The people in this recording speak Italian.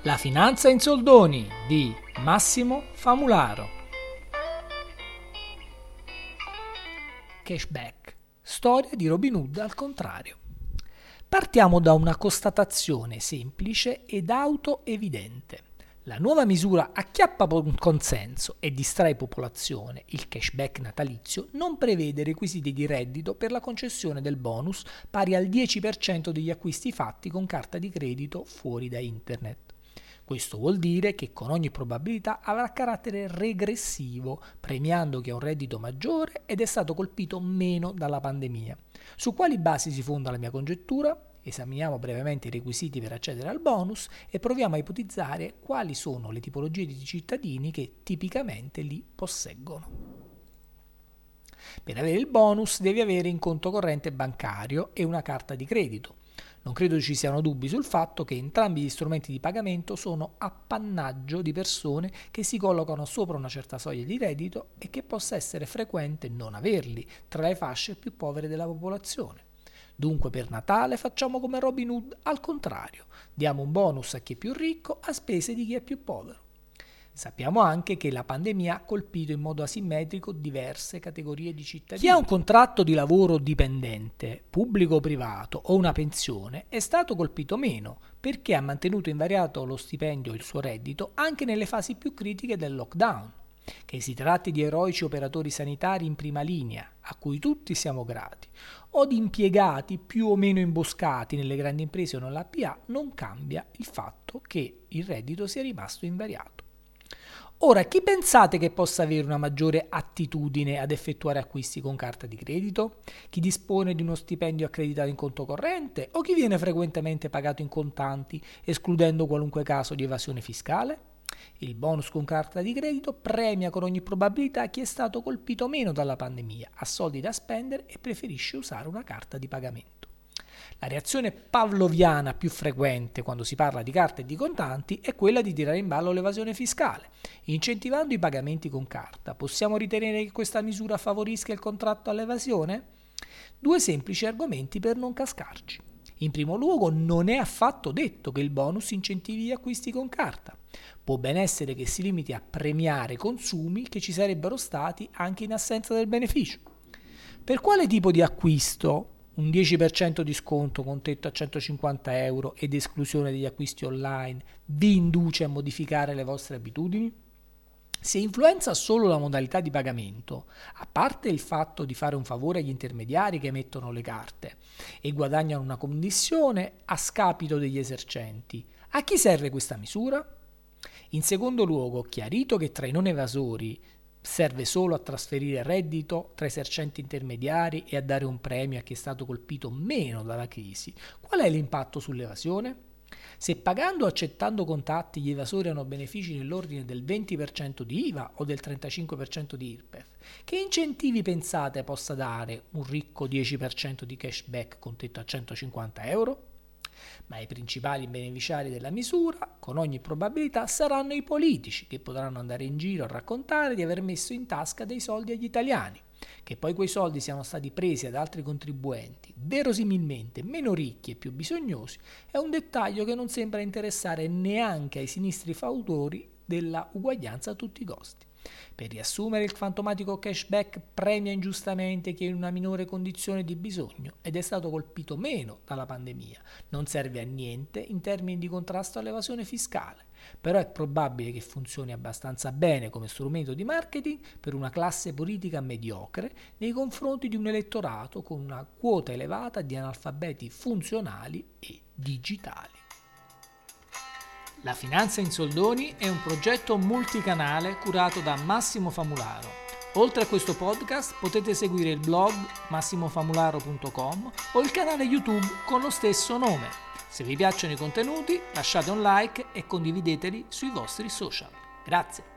La finanza in soldoni di Massimo Famularo. Cashback, storia di Robin Hood al contrario. Partiamo da una constatazione semplice ed autoevidente. La nuova misura acchiappa consenso e distrae popolazione, il cashback natalizio, non prevede requisiti di reddito per la concessione del bonus pari al 10% degli acquisti fatti con carta di credito fuori da internet. Questo vuol dire che con ogni probabilità avrà carattere regressivo, premiando chi ha un reddito maggiore ed è stato colpito meno dalla pandemia. Su quali basi si fonda la mia congettura? Esaminiamo brevemente i requisiti per accedere al bonus e proviamo a ipotizzare quali sono le tipologie di cittadini che tipicamente li posseggono. Per avere il bonus devi avere in conto corrente bancario e una carta di credito. Non credo ci siano dubbi sul fatto che entrambi gli strumenti di pagamento sono appannaggio di persone che si collocano sopra una certa soglia di reddito e che possa essere frequente non averli tra le fasce più povere della popolazione. Dunque per Natale facciamo come Robin Hood al contrario, diamo un bonus a chi è più ricco a spese di chi è più povero. Sappiamo anche che la pandemia ha colpito in modo asimmetrico diverse categorie di cittadini. Chi ha un contratto di lavoro dipendente, pubblico o privato, o una pensione, è stato colpito meno, perché ha mantenuto invariato lo stipendio e il suo reddito anche nelle fasi più critiche del lockdown. Che si tratti di eroici operatori sanitari in prima linea, a cui tutti siamo grati, o di impiegati più o meno imboscati nelle grandi imprese o nella PA, non cambia il fatto che il reddito sia rimasto invariato. Ora, chi pensate che possa avere una maggiore attitudine ad effettuare acquisti con carta di credito? Chi dispone di uno stipendio accreditato in conto corrente o chi viene frequentemente pagato in contanti, escludendo qualunque caso di evasione fiscale? Il bonus con carta di credito premia con ogni probabilità chi è stato colpito meno dalla pandemia, ha soldi da spendere e preferisce usare una carta di pagamento. La reazione pavloviana più frequente quando si parla di carte e di contanti è quella di tirare in ballo l'evasione fiscale. Incentivando i pagamenti con carta, possiamo ritenere che questa misura favorisca il contratto all'evasione? Due semplici argomenti per non cascarci. In primo luogo, non è affatto detto che il bonus incentivi gli acquisti con carta. Può ben essere che si limiti a premiare consumi che ci sarebbero stati anche in assenza del beneficio. Per quale tipo di acquisto un 10% di sconto con tetto a 150 euro ed esclusione degli acquisti online vi induce a modificare le vostre abitudini? Se influenza solo la modalità di pagamento, a parte il fatto di fare un favore agli intermediari che emettono le carte e guadagnano una commissione a scapito degli esercenti, a chi serve questa misura? In secondo luogo, chiarito che tra i non evasori serve solo a trasferire reddito tra esercenti intermediari e a dare un premio a chi è stato colpito meno dalla crisi, qual è l'impatto sull'evasione? Se pagando o accettando contatti gli evasori hanno benefici nell'ordine del 20% di IVA o del 35% di IRPEF, che incentivi pensate possa dare un ricco 10% di cashback con tetto a 150 euro? Ma i principali beneficiari della misura, con ogni probabilità, saranno i politici, che potranno andare in giro a raccontare di aver messo in tasca dei soldi agli italiani. Che poi quei soldi siano stati presi ad altri contribuenti, verosimilmente meno ricchi e più bisognosi, è un dettaglio che non sembra interessare neanche ai sinistri fautori della uguaglianza a tutti i costi. Per riassumere, il fantomatico cashback premia ingiustamente chi è in una minore condizione di bisogno ed è stato colpito meno dalla pandemia. Non serve a niente in termini di contrasto all'evasione fiscale, però è probabile che funzioni abbastanza bene come strumento di marketing per una classe politica mediocre nei confronti di un elettorato con una quota elevata di analfabeti funzionali e digitali. La finanza in soldoni è un progetto multicanale curato da Massimo Famularo. Oltre a questo podcast potete seguire il blog massimofamularo.com o il canale YouTube con lo stesso nome. Se vi piacciono i contenuti lasciate un like e condivideteli sui vostri social. Grazie!